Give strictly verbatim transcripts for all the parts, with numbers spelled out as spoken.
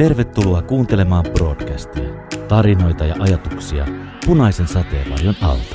Tervetuloa kuuntelemaan broadcastia. Tarinoita ja ajatuksia punaisen sateenvarjon alta.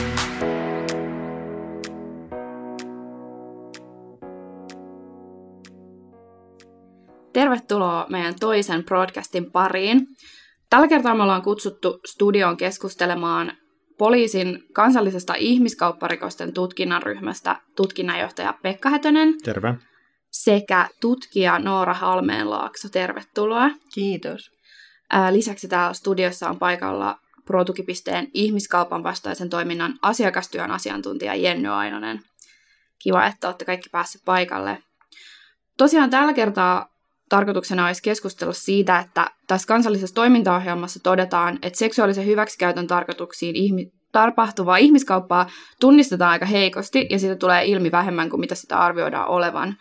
Tervetuloa meidän toisen broadcastin pariin. Tällä kertaa me ollaan kutsuttu studioon keskustelemaan poliisin kansallisesta ihmiskaupparikosten tutkinnan ryhmästä tutkinnanjohtaja Pekka Hätönen. Terve. Sekä tutkija Noora Halmeenlaakso. Tervetuloa. Kiitos. Lisäksi täällä studiossa on paikalla ProTuki.een ihmiskaupan vastaisen toiminnan asiakastyön asiantuntija Jenny Ainonen. Kiva, että olette kaikki päässeet paikalle. Tosiaan tällä kertaa tarkoituksena olisi keskustella siitä, että tässä kansallisessa toimintaohjelmassa todetaan, että seksuaalisen hyväksikäytön tarkoituksiin ihmi- tapahtuvaa ihmiskauppaa tunnistetaan aika heikosti ja siitä tulee ilmi vähemmän kuin mitä sitä arvioidaan olevan.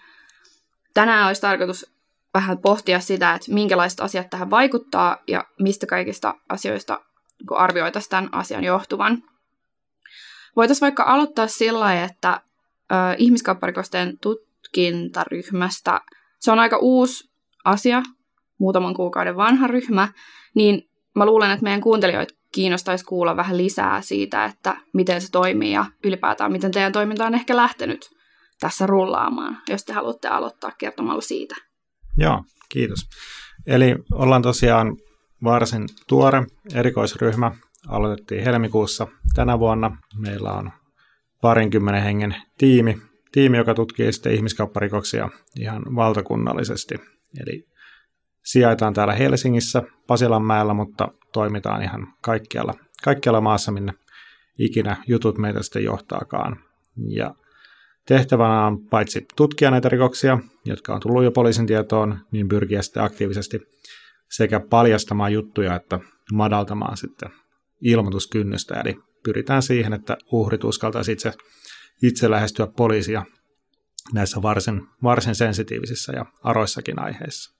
Tänään olisi tarkoitus vähän pohtia sitä, että minkälaiset asiat tähän vaikuttaa ja mistä kaikista asioista arvioitaisiin tämän asian johtuvan. Voitaisiin vaikka aloittaa sillä lailla, että ö, ihmiskaupparikosten tutkintaryhmästä, se on aika uusi asia, muutaman kuukauden vanha ryhmä, niin mä luulen, että meidän kuuntelijoita kiinnostaisi kuulla vähän lisää siitä, että miten se toimii ja ylipäätään miten teidän toiminta on ehkä lähtenyt tässä rullaamaan, jos te haluatte aloittaa kertomalla siitä. Joo, kiitos. Eli ollaan tosiaan varsin tuore erikoisryhmä. Aloitettiin helmikuussa tänä vuonna. Meillä on parinkymmenen hengen tiimi, tiimi joka tutkii sitten ihmiskaupparikoksia ihan valtakunnallisesti. Eli sijaitaan täällä Helsingissä, Pasilanmäellä, mutta toimitaan ihan kaikkialla, kaikkialla maassa, minne ikinä jutut meitä sitten johtaakaan. Ja tehtävänä on paitsi tutkia näitä rikoksia, jotka on tullut jo poliisin tietoon, niin pyrkiä sitten aktiivisesti sekä paljastamaan juttuja että madaltamaan sitten ilmoituskynnystä. Eli pyritään siihen, että uhrit uskaltaisi itse, itse lähestyä poliisia näissä varsin, varsin sensitiivisissä ja aroissakin aiheissa.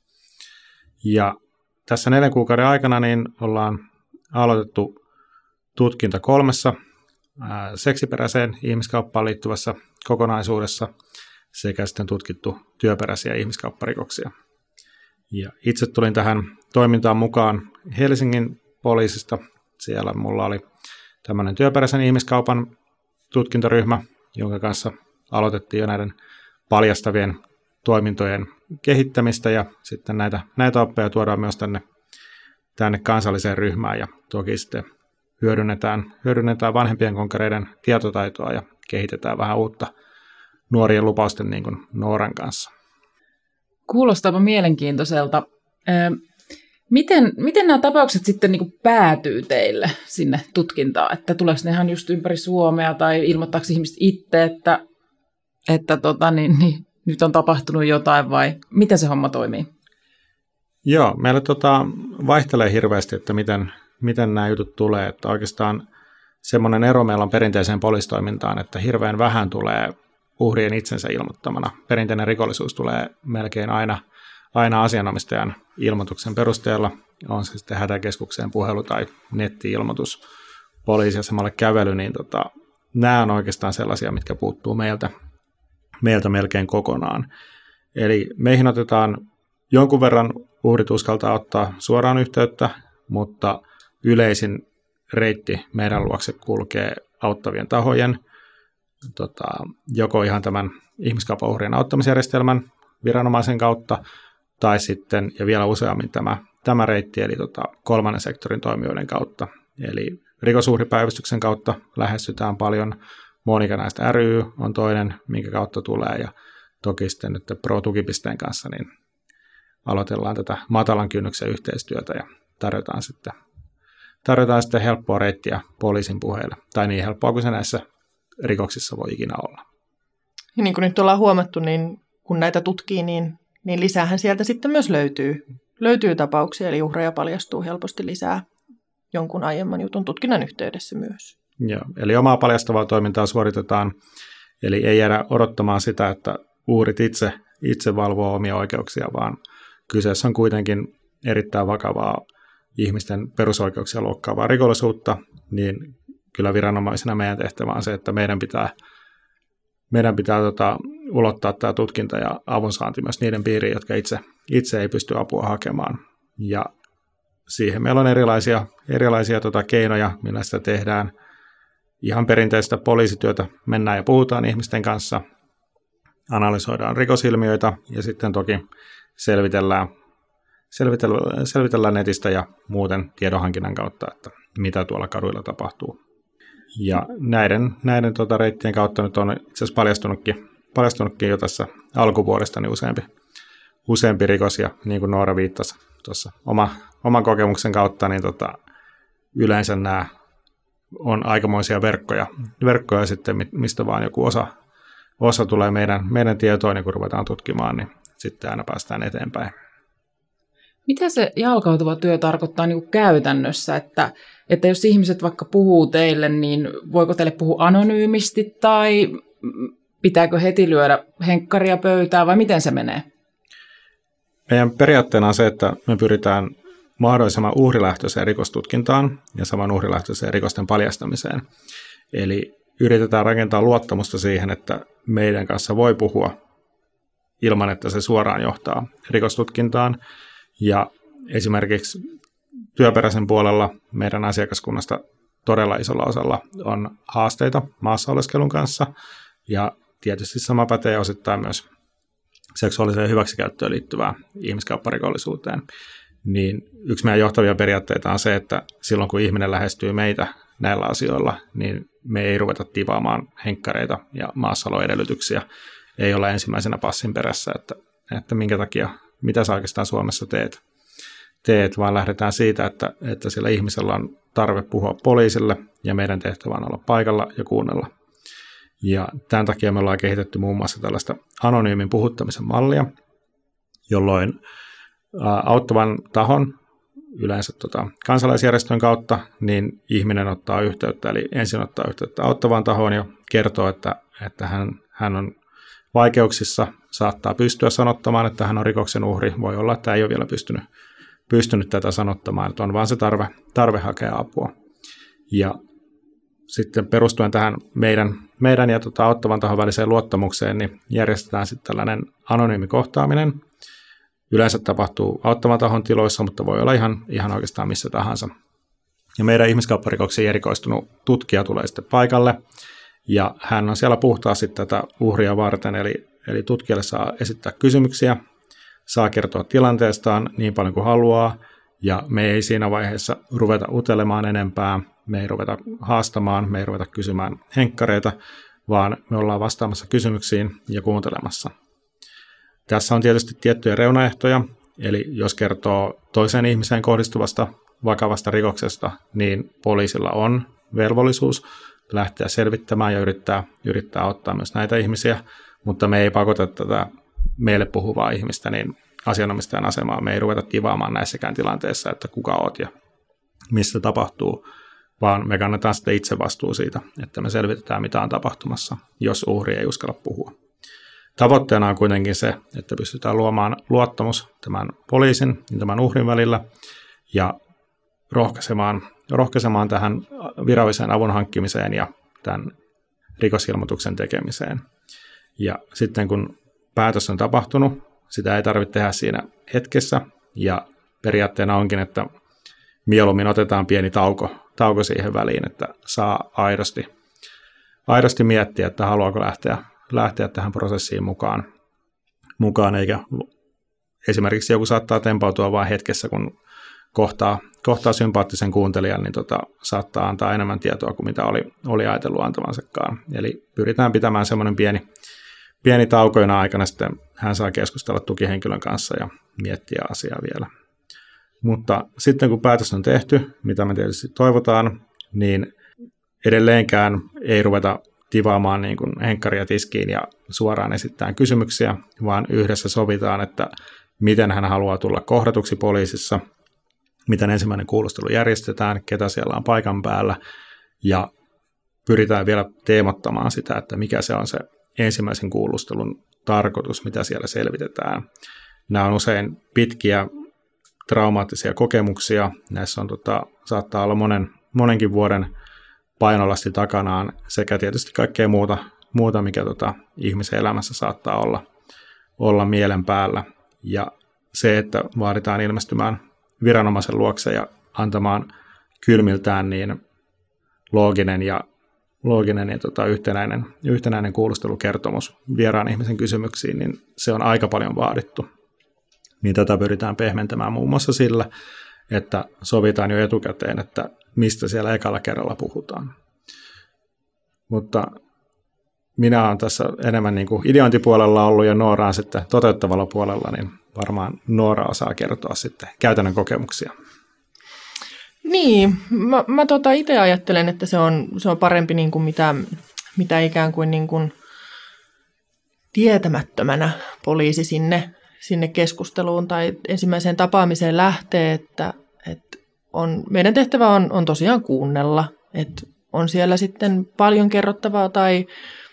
Ja tässä neljän kuukauden aikana niin ollaan aloitettu tutkinta kolmessa ää, seksiperäiseen ihmiskauppaan liittyvässä kokonaisuudessa sekä sitten tutkittu työperäisiä ihmiskaupparikoksia. Ja itse tulin tähän toimintaan mukaan Helsingin poliisista. Siellä mulla oli tämmöinen työperäisen ihmiskaupan tutkintaryhmä, jonka kanssa aloitettiin jo näiden paljastavien toimintojen kehittämistä ja sitten näitä, näitä oppeja tuodaan myös tänne, tänne kansalliseen ryhmään ja toki sitten hyödynnetään, hyödynnetään vanhempien konkareiden tietotaitoa ja kehitetään vähän uutta nuorien lupausten niin kuin Nooran kanssa. Kuulostaapa mielenkiintoiselta. Miten, miten nämä tapaukset sitten niin kuin päätyy teille sinne tutkintaan? Että tuleeko ne ihan just ympäri Suomea tai ilmoittaako ihmiset itse, että, että tota, niin, niin, nyt on tapahtunut jotain vai miten se homma toimii? Joo, meillä tota, vaihtelee hirveästi, että miten, miten nämä jutut tulee. Että oikeastaan semmoinen ero meillä on perinteiseen poliisitoimintaan, että hirveän vähän tulee uhrien itsensä ilmoittamana. Perinteinen rikollisuus tulee melkein aina, aina asianomistajan ilmoituksen perusteella. On se sitten hätäkeskukseen puhelu tai netti-ilmoitus, poliisiasemalle kävely, niin tota, nämä on oikeastaan sellaisia, mitkä puuttuu meiltä, meiltä melkein kokonaan. Eli meihin otetaan jonkun verran uhrit uskaltaa ottaa suoraan yhteyttä, mutta yleisin reitti meidän luokse kulkee auttavien tahojen, tota, joko ihan tämän ihmiskaupan uhrien auttamisjärjestelmän viranomaisen kautta, tai sitten, ja vielä useammin tämä, tämä reitti, eli tota, kolmannen sektorin toimijoiden kautta. Eli rikosuhripäivystyksen kautta lähestytään paljon. Monika näistä ry on toinen, minkä kautta tulee, ja toki sitten nyt ProTuki.een kanssa niin aloitellaan tätä matalan kynnyksen yhteistyötä ja tarjotaan sitten, tarjotaan sitten helppoa reittiä poliisin puheille, tai niin helppoa kuin se näissä rikoksissa voi ikinä olla. Ja niin kuin nyt ollaan huomattu, niin kun näitä tutkii, niin, niin lisäähän sieltä sitten myös löytyy, löytyy tapauksia, eli uhreja paljastuu helposti lisää jonkun aiemman jutun tutkinnan yhteydessä myös. Joo, eli omaa paljastavaa toimintaa suoritetaan, eli ei jäädä odottamaan sitä, että uhrit itse, itse valvoo omia oikeuksia, vaan kyseessä on kuitenkin erittäin vakavaa ihmisten perusoikeuksia loukkaavaa rikollisuutta, niin kyllä viranomaisena meidän tehtävä on se, että meidän pitää, meidän pitää tota, ulottaa tämä tutkinta ja avunsaanti myös niiden piiriin, jotka itse, itse ei pysty apua hakemaan. Ja siihen meillä on erilaisia, erilaisia tota, keinoja, millä sitä tehdään. Ihan perinteistä poliisityötä mennään ja puhutaan ihmisten kanssa, analysoidaan rikosilmiöitä ja sitten toki selvitellään, selvitellään, selvitellään netistä ja muuten tiedonhankinnan kautta, että mitä tuolla kaduilla tapahtuu. Ja näiden, näiden tota, reittien kautta nyt on itse asiassa paljastunutkin, paljastunutkin jo tässä alkuvuodesta niin useampi, useampi rikos, ja niin kuin Noora viittasi tuossa oma, oman kokemuksen kautta, niin tota, yleensä nämä on aikamoisia verkkoja, verkkoja sitten, mistä vaan joku osa, osa tulee meidän, meidän tietoon, ja kun ruvetaan tutkimaan, niin sitten aina päästään eteenpäin. Mitä se jalkautuva työ tarkoittaa niin kuin käytännössä, että, että jos ihmiset vaikka puhuu teille, niin voiko teille puhua anonyymisti tai pitääkö heti lyödä henkkaria pöytään vai miten se menee? Meidän periaatteena on se, että me pyritään mahdollisimman uhrilähtöiseen rikostutkintaan ja saman uhrilähtöiseen rikosten paljastamiseen. Eli yritetään rakentaa luottamusta siihen, että meidän kanssa voi puhua ilman, että se suoraan johtaa rikostutkintaan. Ja esimerkiksi työperäisen puolella meidän asiakaskunnasta todella isolla osalla on haasteita maassa oleskelun kanssa. Ja tietysti sama pätee osittain myös seksuaaliseen hyväksikäyttöön liittyvää ihmiskaupparikollisuuteen. Niin yksi meidän johtavia periaatteita on se, että silloin kun ihminen lähestyy meitä näillä asioilla, niin me ei ruveta tivaamaan henkkareita ja maassaoloedellytyksiä. Ei olla ensimmäisenä passin perässä, että, että minkä takia, mitä sä oikeastaan Suomessa teet, teet vaan lähdetään siitä, että, että sillä ihmisellä on tarve puhua poliisille ja meidän tehtävä on olla paikalla ja kuunnella. Ja tämän takia me ollaan kehitetty muun muassa tällaista anonyymin puhuttamisen mallia, jolloin auttavan tahon, yleensä tota, kansalaisjärjestön kautta, niin ihminen ottaa yhteyttä, eli ensin ottaa yhteyttä auttavaan tahoon ja kertoo, että, että hän, hän on vaikeuksissa, saattaa pystyä sanottamaan, että hän on rikoksen uhri. Voi olla, että ei ole vielä pystynyt, pystynyt tätä sanottamaan, että on vaan se tarve, tarve hakea apua. Ja sitten perustuen tähän meidän, meidän ja tota, auttavan tahon väliseen luottamukseen, niin järjestetään sitten tällainen anonyymi kohtaaminen. Yleensä tapahtuu auttavan tahon tiloissa, mutta voi olla ihan, ihan oikeastaan missä tahansa. Ja meidän ihmiskaupparikoksiin erikoistunut tutkija tulee sitten paikalle, ja hän on siellä puhtaasti tätä uhria varten, eli, eli tutkijalle saa esittää kysymyksiä, saa kertoa tilanteestaan niin paljon kuin haluaa, ja me ei siinä vaiheessa ruveta utelemaan enempää, me ei ruveta haastamaan, me ei ruveta kysymään henkkareita, vaan me ollaan vastaamassa kysymyksiin ja kuuntelemassa. Tässä on tietysti tiettyjä reunaehtoja, eli jos kertoo toiseen ihmiseen kohdistuvasta vakavasta rikoksesta, niin poliisilla on velvollisuus lähteä selvittämään ja yrittää, yrittää auttaa myös näitä ihmisiä, mutta me ei pakota tätä meille puhuvaa ihmistä niin asianomistajan asemaan. Me ei ruveta tivaamaan näissäkään tilanteissa, että kuka oot ja missä tapahtuu, vaan me kannetaan sitten itse vastuu siitä, että me selvitetään, mitä on tapahtumassa, jos uhri ei uskalla puhua. Tavoitteena on kuitenkin se, että pystytään luomaan luottamus tämän poliisin ja tämän uhrin välillä ja rohkaisemaan, rohkaisemaan tähän viralliseen avun hankkimiseen ja tämän rikosilmoituksen tekemiseen. Ja sitten kun päätös on tapahtunut, sitä ei tarvitse tehdä siinä hetkessä ja periaatteena onkin, että mieluummin otetaan pieni tauko, tauko siihen väliin, että saa aidosti, aidosti miettiä, että haluaako lähteä lähteä tähän prosessiin mukaan, mukaan, eikä esimerkiksi joku saattaa tempautua vain hetkessä, kun kohtaa, kohtaa sympaattisen kuuntelijan, niin tota, saattaa antaa enemmän tietoa kuin mitä oli, oli ajatellut antavansakaan. Eli pyritään pitämään semmoinen pieni, pieni tauko, jona aikana sitten hän saa keskustella tukihenkilön kanssa ja miettiä asiaa vielä. Mutta sitten kun päätös on tehty, mitä me tietysti toivotaan, niin edelleenkään ei ruveta tivaamaan niin kuin henkkaria tiskiin ja suoraan esittämään kysymyksiä, vaan yhdessä sovitaan, että miten hän haluaa tulla kohdatuksi poliisissa, miten ensimmäinen kuulustelu järjestetään, ketä siellä on paikan päällä, ja pyritään vielä teemottamaan sitä, että mikä se on se ensimmäisen kuulustelun tarkoitus, mitä siellä selvitetään. Nämä on usein pitkiä traumaattisia kokemuksia, näissä on, tota, saattaa olla monen, monenkin vuoden painolasti takanaan sekä tietysti kaikkea muuta, muuta mikä tota, ihmisen elämässä saattaa olla, olla mielen päällä. Ja se, että vaaditaan ilmestymään viranomaisen luokse ja antamaan kylmiltään niin looginen ja, looginen ja tota, yhtenäinen, yhtenäinen kuulustelukertomus vieraan ihmisen kysymyksiin, niin se on aika paljon vaadittu. Niin tätä pyritään pehmentämään muun muassa sillä, että sovitaan jo etukäteen, että mistä siellä ekalla kerralla puhutaan. Mutta minä olen tässä enemmän niin kuin ideointipuolella ollut ja Noora on sitten toteuttavalla puolella, niin varmaan Noora osaa kertoa sitten käytännön kokemuksia. Niin, mä, mä tota itse ajattelen, että se on, se on parempi niin kuin mitä, mitä ikään kuin, niin kuin tietämättömänä poliisi sinne, sinne keskusteluun tai ensimmäiseen tapaamiseen lähtee, että, että on, meidän tehtävä on, on tosiaan kuunnella, että on siellä sitten paljon kerrottavaa tai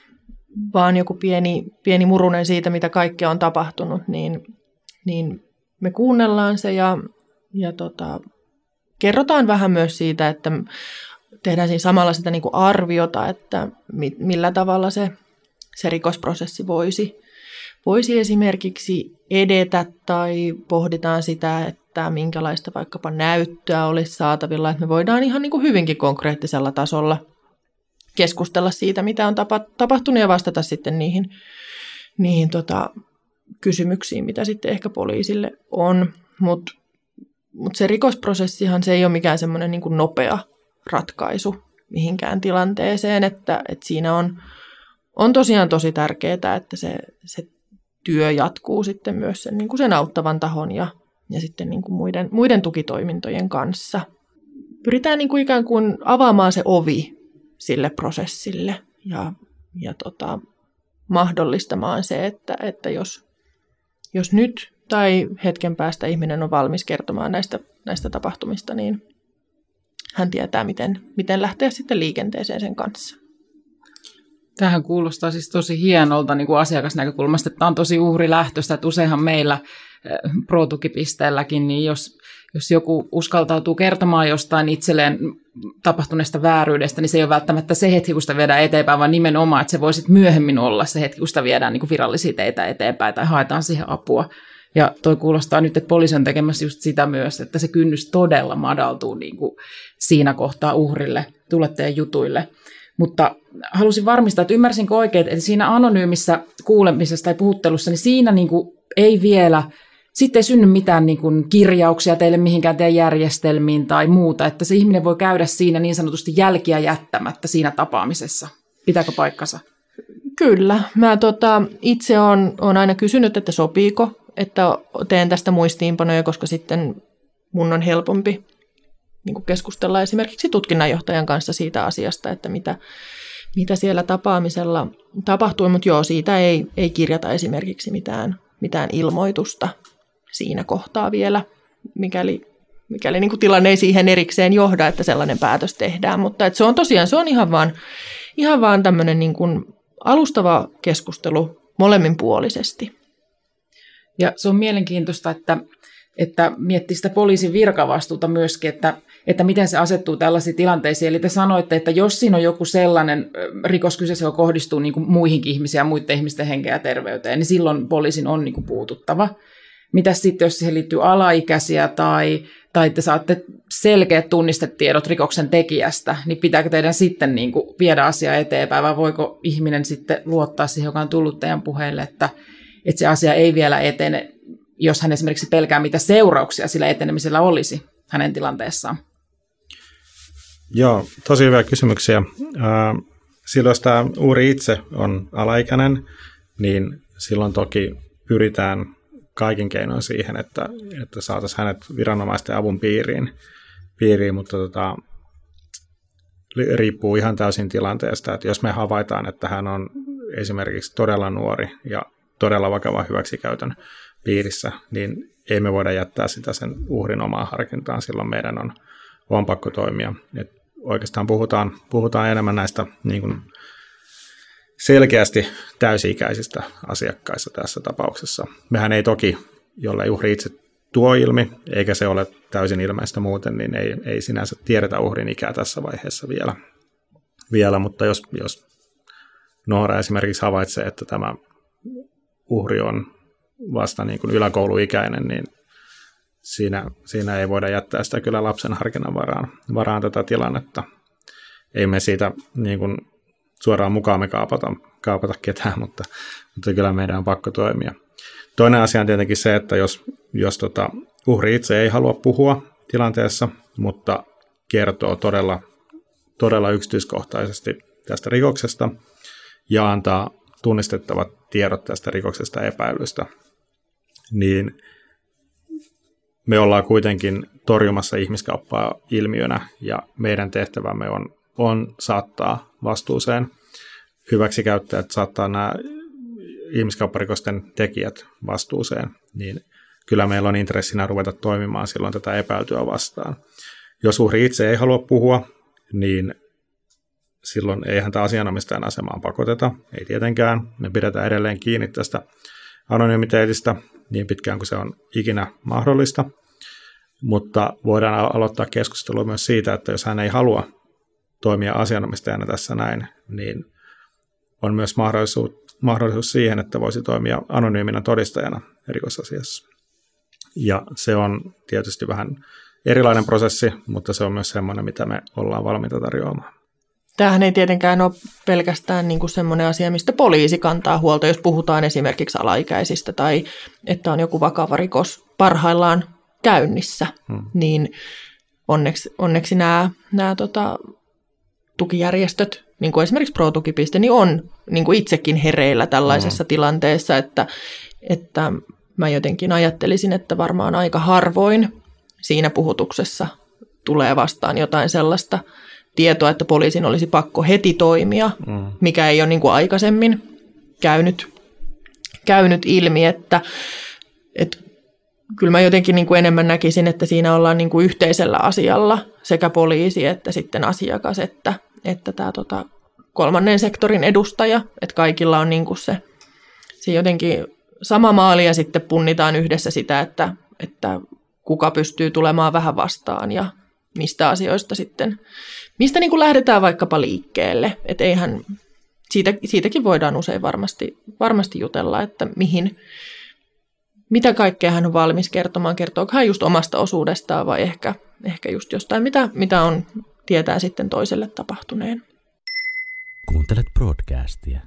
vaan joku pieni, pieni murunen siitä, mitä kaikkea on tapahtunut, niin, niin me kuunnellaan se ja, ja tota, kerrotaan vähän myös siitä, että tehdään siinä samalla sitä niin kuin arviota, että mi, millä tavalla se, se rikosprosessi voisi, voisi esimerkiksi edetä tai pohditaan sitä, että minkälaista vaikkapa näyttöä olisi saatavilla, että me voidaan ihan niin kuin hyvinkin konkreettisella tasolla keskustella siitä, mitä on tapahtunut ja vastata sitten niihin, niihin tota, kysymyksiin, mitä sitten ehkä poliisille on. Mutta mut se rikosprosessihan se ei ole mikään semmoinen niin kuin nopea ratkaisu mihinkään tilanteeseen, että, että siinä on, on tosiaan tosi tärkeää, että se, se työ jatkuu sitten myös sen, niin kuin sen auttavan tahon ja, ja sitten niin kuin muiden, muiden tukitoimintojen kanssa. Pyritään niin kuin ikään kuin avaamaan se ovi sille prosessille ja, ja tota, mahdollistamaan se, että, että jos, jos nyt tai hetken päästä ihminen on valmis kertomaan näistä, näistä tapahtumista, niin hän tietää, miten, miten lähteä sitten liikenteeseen sen kanssa. Tähän kuulostaa siis tosi hienolta niin kuin asiakasnäkökulmasta, että tämä on tosi uhrilähtöistä, että useinhan meillä Pro-tukipisteelläkin, niin jos, jos joku uskaltautuu kertomaan jostain itselleen tapahtuneesta vääryydestä, niin se ei ole välttämättä se hetki, kun sitä viedään eteenpäin, vaan nimenomaan, että se voi sitten myöhemmin olla se hetki, kun sitä viedään niin kuin virallisia teitä eteenpäin tai haetaan siihen apua. Ja toi kuulostaa nyt, että poliisi on tekemässä just sitä myös, että se kynnys todella madaltuu niin kuin siinä kohtaa uhrille, tuletteen jutuille. Mutta halusin varmistaa, että ymmärsinkö oikein, että siinä anonyymissä kuulemisessa tai puhuttelussa, niin siinä niin kuin ei vielä, sitten ei synny mitään niin kuin kirjauksia teille mihinkään teidän järjestelmiin tai muuta, että se ihminen voi käydä siinä niin sanotusti jälkiä jättämättä siinä tapaamisessa. Pitääkö paikkansa? Kyllä. Mä tota, itse olen aina kysynyt, että sopiiko, että teen tästä muistiinpanoja, koska sitten mun on helpompi niin kuin keskustella esimerkiksi tutkinnanjohtajan kanssa siitä asiasta, että mitä, mitä siellä tapaamisella tapahtui, mutta joo, siitä ei, ei kirjata esimerkiksi mitään, mitään ilmoitusta siinä kohtaa vielä, mikäli, mikäli niin kuin tilanne ei siihen erikseen johda, että sellainen päätös tehdään, mutta että se on tosiaan, se on ihan vaan, ihan vaan tämmöinen niin kuin alustava keskustelu molemminpuolisesti. Ja se on mielenkiintoista, että että miettii sitä poliisin virkavastuuta myöskin, että, että miten se asettuu tällaisiin tilanteisiin. Eli te sanoitte, että jos siinä on joku sellainen rikos kyseessä, joka kohdistuu niin kuin muihinkin ihmisiin ja muiden ihmisten henkeä ja terveyteen, niin silloin poliisin on niin kuin puututtava. Mitäs sitten, jos siihen liittyy alaikäisiä tai, tai te saatte selkeät tunnistetiedot rikoksen tekijästä, niin pitääkö teidän sitten niin kuin viedä asiaa eteenpäin, vai voiko ihminen sitten luottaa siihen, joka on tullut teidän puheille, että, että se asia ei vielä etene, jos hän esimerkiksi pelkää, mitä seurauksia sillä etenemisellä olisi hänen tilanteessaan? Joo, tosi hyviä kysymyksiä. Silloin jos tämä uhri itse on alaikäinen, niin silloin toki pyritään kaikin keinoin siihen, että, että saataisiin hänet viranomaisten avun piiriin, piiriin mutta tota, riippuu ihan täysin tilanteesta, että jos me havaitaan, että hän on esimerkiksi todella nuori ja todella vakavan hyväksikäytön piirissä, niin ei me voida jättää sitä sen uhrin omaan harkintaan, silloin meidän on, on pakko toimia. Et oikeastaan puhutaan, puhutaan enemmän näistä niin kuin selkeästi täysi-ikäisistä asiakkaista tässä tapauksessa. Mehän ei toki, jollei uhri itse tuo ilmi, eikä se ole täysin ilmeistä muuten, niin ei, ei sinänsä tiedetä uhrin ikää tässä vaiheessa vielä. vielä mutta jos, jos Noora esimerkiksi havaitsee, että tämä uhri on vasta niin kuin yläkouluikäinen, niin siinä, siinä ei voida jättää sitä kyllä lapsen harkinnan varaan, varaan tätä tilannetta. Ei me siitä niin kuin suoraan mukaan me kaapata, kaapata ketään, mutta, mutta kyllä meidän on pakko toimia. Toinen asia on tietenkin se, että jos, jos tota, uhri itse ei halua puhua tilanteessa, mutta kertoo todella, todella yksityiskohtaisesti tästä rikoksesta ja antaa tunnistettavat tiedot tästä rikoksesta epäilystä, niin me ollaan kuitenkin torjumassa ihmiskauppaa ilmiönä ja meidän tehtävämme on, on saattaa vastuuseen hyväksikäyttäjät, saattaa nämä ihmiskaupparikosten tekijät vastuuseen, niin kyllä meillä on intressinä ruveta toimimaan silloin tätä epäiltyä vastaan. Jos uhri itse ei halua puhua, niin silloin ei häntä asianomistajan asemaan pakoteta, ei tietenkään. Me pidetään edelleen kiinni tästä anonymiteetistä niin pitkään kuin se on ikinä mahdollista, mutta voidaan aloittaa keskustelua myös siitä, että jos hän ei halua toimia asianomistajana tässä näin, niin on myös mahdollisuus, mahdollisuus siihen, että voisi toimia anonyyminä todistajana rikosasiassa. Ja se on tietysti vähän erilainen prosessi, mutta se on myös semmoinen, mitä me ollaan valmiita tarjoamaan. Tämähän ei tietenkään ole pelkästään niin kuin semmoinen asia, mistä poliisi kantaa huolta, jos puhutaan esimerkiksi alaikäisistä tai että on joku vakava rikos parhaillaan käynnissä, hmm. niin onneksi, onneksi nämä, nämä tota, tukijärjestöt, niin kuin esimerkiksi ProTuki.piste, niin on niin kuin itsekin hereillä tällaisessa hmm. tilanteessa, että, että mä jotenkin ajattelisin, että varmaan aika harvoin siinä puhutuksessa tulee vastaan jotain sellaista tietoa, että poliisin olisi pakko heti toimia, mm. mikä ei ole niin kuin aikaisemmin käynyt, käynyt ilmi, että, että kyllä mä jotenkin niin kuin enemmän näkisin, että siinä ollaan niin kuin yhteisellä asialla sekä poliisi että sitten asiakas, että, että tämä tota, kolmannen sektorin edustaja, että kaikilla on niin kuin se, se jotenkin sama maali ja sitten punnitaan yhdessä sitä, että, että kuka pystyy tulemaan vähän vastaan ja mistä asioista sitten, mistä niin kuin lähdetään vaikkapa liikkeelle. Että eihän, siitä, siitäkin voidaan usein varmasti, varmasti jutella, että mihin, mitä kaikkea hän on valmis kertomaan. Kertooko hän just omasta osuudestaan vai ehkä, ehkä just jostain, mitä, mitä on tietää sitten toiselle tapahtuneen. Kuuntelet broadcastia.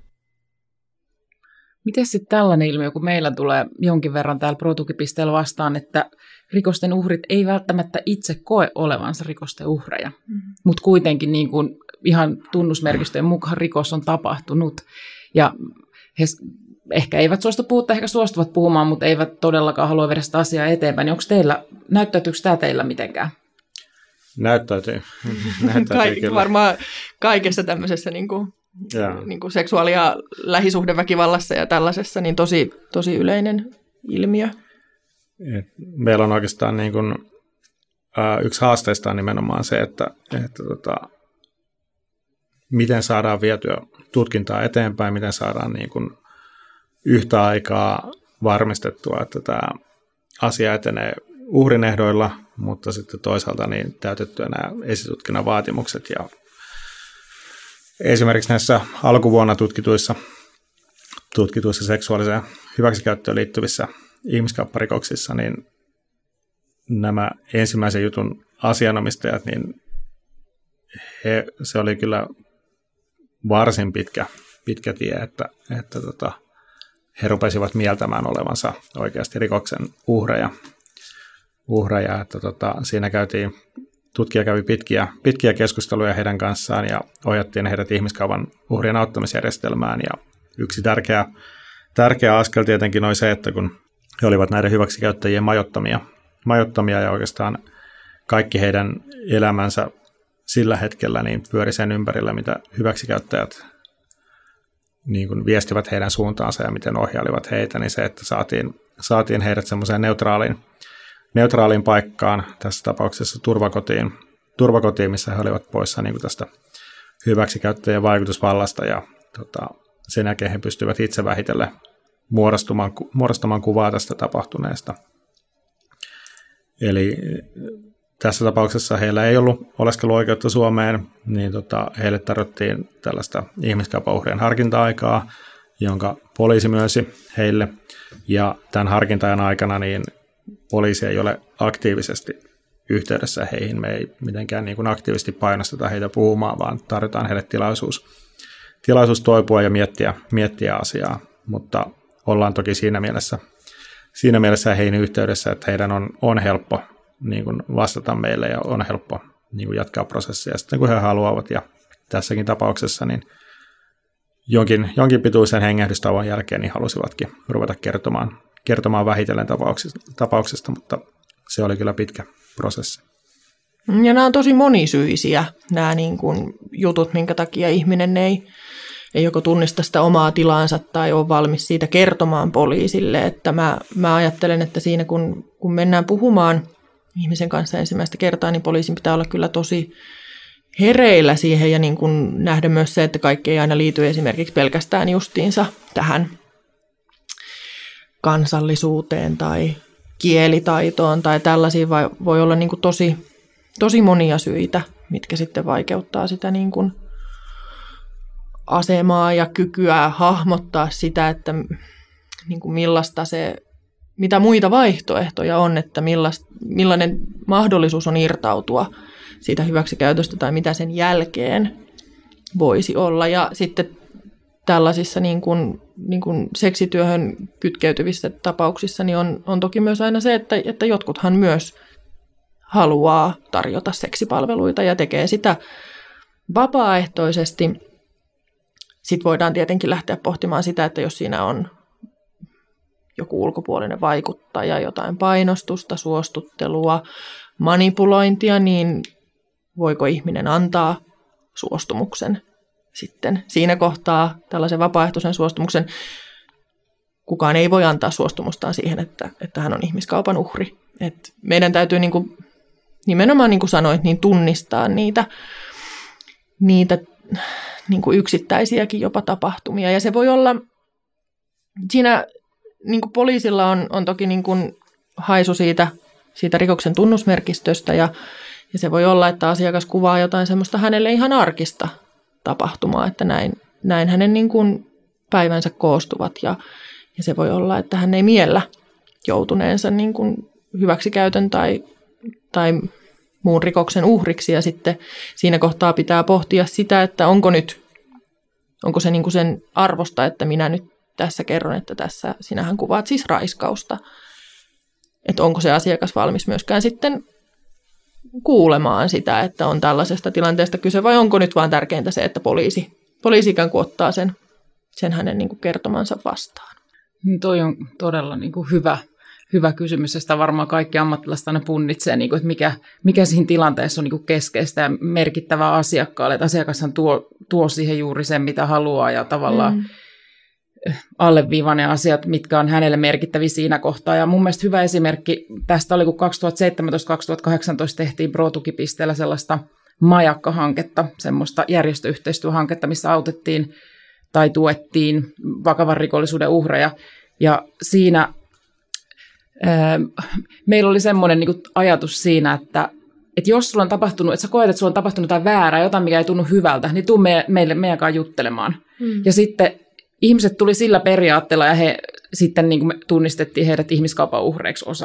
Miten sitten tällainen ilmiö, kun meillä tulee jonkin verran täällä ProTuki.pisteellä vastaan, että rikosten uhrit ei välttämättä itse koe olevansa rikosten uhreja, mm-hmm. mutta kuitenkin niin kuin ihan tunnusmerkistöjen mukaan rikos on tapahtunut. Ja he ehkä eivät suostu puhua, ehkä suostuvat puhumaan, mutta eivät todellakaan halua viedä sitä asiaa eteenpäin. Niin onko teillä, näyttäytyykö tämä teillä mitenkään? Näyttäytyy. Näyttäytyy Ka- varmaan kaikessa tämmöisessä niin kuin niin kuin seksuaali- ja lähisuhdeväkivallassa ja tällaisessa, niin tosi, tosi yleinen ilmiö. Meillä on oikeastaan niin kuin, ä, yksi haasteista on nimenomaan se, että, että tota, miten saadaan vietyä tutkintaa eteenpäin, miten saadaan niin kuin yhtä aikaa varmistettua, että tämä asia etenee uhrin ehdoilla, mutta sitten toisaalta niin täytettyä nämä esitutkinnan vaatimukset ja esimerkiksi näissä alkuvuonna tutkituissa, tutkituissa seksuaaliseen hyväksikäyttöön liittyvissä ihmiskaupparikoksissa, niin nämä ensimmäisen jutun asianomistajat, niin he, se oli kyllä varsin pitkä, pitkä tie, että, että tota, he rupesivat mieltämään olevansa oikeasti rikoksen uhreja. uhreja että tota, siinä käytiin Tutkija kävi pitkiä, pitkiä keskusteluja heidän kanssaan ja ohjattiin heidät ihmiskaupan uhrien auttamisjärjestelmään. Ja yksi tärkeä, tärkeä askel tietenkin oli se, että kun he olivat näiden hyväksikäyttäjien majoittamia, majoittamia ja oikeastaan kaikki heidän elämänsä sillä hetkellä niin pyöri sen ympärillä, mitä hyväksikäyttäjät niin kuin viestivät heidän suuntaansa ja miten ohjailivat heitä, niin se, että saatiin, saatiin heidät semmoiseen neutraaliin neutraaliin paikkaan, tässä tapauksessa turvakotiin, turvakotiin missä he olivat poissa niin kuin tästä hyväksikäyttäjien vaikutusvallasta, ja tota, sen jälkeen he pystyivät itse vähitellen muodostamaan, muodostamaan kuvaa tästä tapahtuneesta. Eli tässä tapauksessa heillä ei ollut oleskeluoikeutta Suomeen, niin tota, heille tarjottiin tällaista ihmiskaupan uhrien harkinta-aikaa, jonka poliisi myönsi heille, ja tämän harkinta-ajan aikana niin poliisi ei ole aktiivisesti yhteydessä heihin. Me ei mitenkään niin kuin aktiivisesti painosteta heitä puhumaan, vaan tarjotaan heille tilaisuus, tilaisuus toipua ja miettiä, miettiä asiaa, mutta ollaan toki siinä mielessä, siinä mielessä heihin yhteydessä, että heidän on, on helppo niin kuin vastata meille ja on helppo niin kuin jatkaa prosessia sitten kun he haluavat, ja tässäkin tapauksessa niin jonkin, jonkin pituisen hengähdystauon jälkeen niin halusivatkin ruveta kertomaan, kertomaan vähitellen tapauksesta, tapauksesta, mutta se oli kyllä pitkä prosessi. Ja nämä on tosi monisyisiä, nämä niin kuin jutut, minkä takia ihminen ei, ei joko tunnista sitä omaa tilaansa tai ole valmis siitä kertomaan poliisille. Että mä, mä ajattelen, että siinä kun, kun mennään puhumaan ihmisen kanssa ensimmäistä kertaa, niin poliisin pitää olla kyllä tosi hereillä siihen ja niin kuin nähdä myös se, että kaikki ei aina liity esimerkiksi pelkästään justiinsa tähän kansallisuuteen tai kielitaitoon tai tällaisiin, vai voi olla niin kuin tosi, tosi monia syitä, mitkä sitten vaikeuttaa sitä niin kuin asemaa ja kykyä hahmottaa sitä, että niin kuin millaista se, mitä muita vaihtoehtoja on, että millast, millainen mahdollisuus on irtautua siitä hyväksikäytöstä tai mitä sen jälkeen voisi olla. Ja sitten tällaisissa niin kuin, niin kuin seksityöhön kytkeytyvissä tapauksissa niin on, on toki myös aina se, että, että jotkuthan myös haluaa tarjota seksipalveluita ja tekee sitä vapaaehtoisesti. Sitten voidaan tietenkin lähteä pohtimaan sitä, että jos siinä on joku ulkopuolinen vaikuttaja, jotain painostusta, suostuttelua, manipulointia, niin voiko ihminen antaa suostumuksen sitten siinä kohtaa, tällaisen vapaaehtoisen suostumuksen. Kukaan ei voi antaa suostumustaan siihen, että, että hän on ihmiskaupan uhri. Et meidän täytyy niin kuin, nimenomaan, niin kuin sanoit, niin tunnistaa niitä, niitä niin kuin yksittäisiäkin jopa tapahtumia. Ja se voi olla, siinä niin kuin poliisilla on, on toki niin kuin haisu siitä, siitä rikoksen tunnusmerkistöstä, ja, ja se voi olla, että asiakas kuvaa jotain semmoista hänelle ihan arkista tapahtumaa, että näin, näin hänen niin kuin päivänsä koostuvat, ja, ja se voi olla, että hän ei miellä joutuneensa niin kuin hyväksikäytön tai, tai muun rikoksen uhriksi, ja sitten siinä kohtaa pitää pohtia sitä, että onko nyt, onko se niin kuin sen arvosta, että minä nyt tässä kerron, että tässä sinähän kuvaat siis raiskausta, että onko se asiakas valmis myöskään sitten kuulemaan sitä, että on tällaisesta tilanteesta kyse, vai onko nyt vaan tärkeintä se, että poliisi, poliisi ikään kuin ottaa sen, sen hänen niin kuin kertomansa vastaan. Toi on todella niin kuin hyvä, hyvä kysymys, ja sitä varmaan kaikki ammattilaiset aina punnitsee, niin kuin, että mikä, mikä siinä tilanteessa on niin kuin keskeistä ja merkittävää asiakkaalle, että asiakashan tuo, tuo siihen juuri sen, mitä haluaa, ja tavallaan mm. alleviivaa ne asiat, mitkä on hänelle merkittäviä siinä kohtaa. Ja mun mielestä hyvä esimerkki tästä oli, kun kaksituhattaseitsemäntoista kaksituhattakahdeksantoista tehtiin Pro-tukipisteellä sellaista majakka-hanketta, semmoista järjestöyhteistyöhanketta, missä autettiin tai tuettiin vakavan rikollisuuden uhreja. Ja siinä ää, meillä oli semmoinen niin kuin ajatus siinä, että että jos sulla on tapahtunut, että sä koet, että sulla on tapahtunut jotain väärää, jotain, mikä ei tunnu hyvältä, niin tuu me, meille, meidän kanssa juttelemaan. Mm. Ja sitten ihmiset tuli sillä periaatteella, ja he sitten niin kuin tunnistettiin heidät ihmiskaupan uhreiksi osa.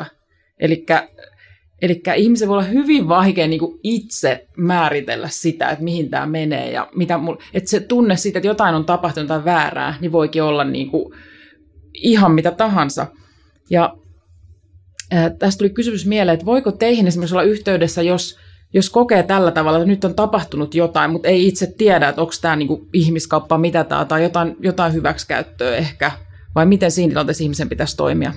Eli ihmisen voi olla hyvin vaikea niin kuin itse määritellä sitä, että mihin tämä menee. Ja mitä mul, että se tunne siitä, että jotain on tapahtunut tai väärää, niin voikin olla niin kuin ihan mitä tahansa. Ja ää, tästä tuli kysymys mieleen, että voiko teihin esimerkiksi olla yhteydessä, jos... Jos kokee tällä tavalla, että nyt on tapahtunut jotain, mutta ei itse tiedä, että onko tämä niinku ihmiskauppa, mitä tämä, tai jotain, jotain hyväksikäyttöä ehkä, vai miten siinä tilanteessa ihmisen pitäisi toimia?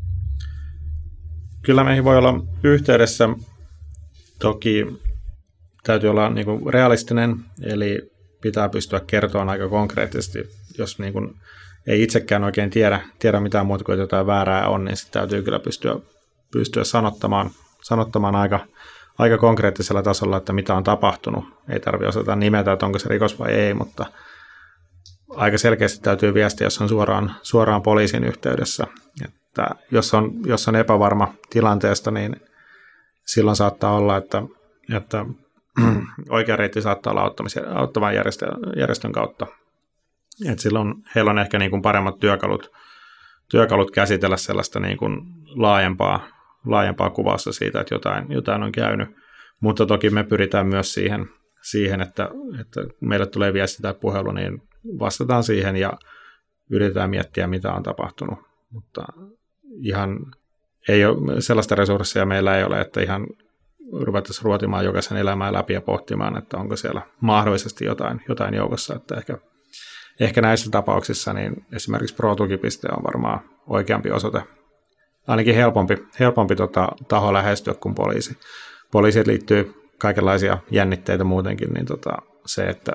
Kyllä meihin voi olla yhteydessä. Toki täytyy olla niinku realistinen, eli pitää pystyä kertomaan aika konkreettisesti. Jos niinku ei itsekään oikein tiedä, tiedä mitään muuta kuin jotain väärää on, niin sitten täytyy kyllä pystyä, pystyä sanottamaan, sanottamaan aika... aika konkreettisella tasolla, että mitä on tapahtunut. Ei tarvitse osata nimetä, että onko se rikos vai ei, mutta aika selkeästi täytyy viestiä, jos on suoraan, suoraan poliisin yhteydessä. Että jos, on, jos on epävarma tilanteesta, niin silloin saattaa olla, että, että oikea reitti saattaa olla auttavan järjestön kautta. Että silloin heillä on ehkä niin kuin paremmat työkalut, työkalut käsitellä sellaista niin kuin laajempaa, laajempaa kuvausta siitä, että jotain, jotain on käynyt. Mutta toki me pyritään myös siihen, siihen että, että meille tulee viesti tai puhelu, niin vastataan siihen ja yritetään miettiä, mitä on tapahtunut. Mutta ihan ei ole, sellaista resursseja meillä ei ole, että ihan ruvettaisiin ruotimaan jokaisen elämää läpi ja pohtimaan, että onko siellä mahdollisesti jotain, jotain joukossa. Että ehkä, ehkä näissä tapauksissa niin esimerkiksi ProTuki-piste on varmaan oikeampi osoite, ainakin helpompi, helpompi tota, taho lähestyä kuin poliisi. Poliisiin liittyy kaikenlaisia jännitteitä muutenkin, niin tota, se, että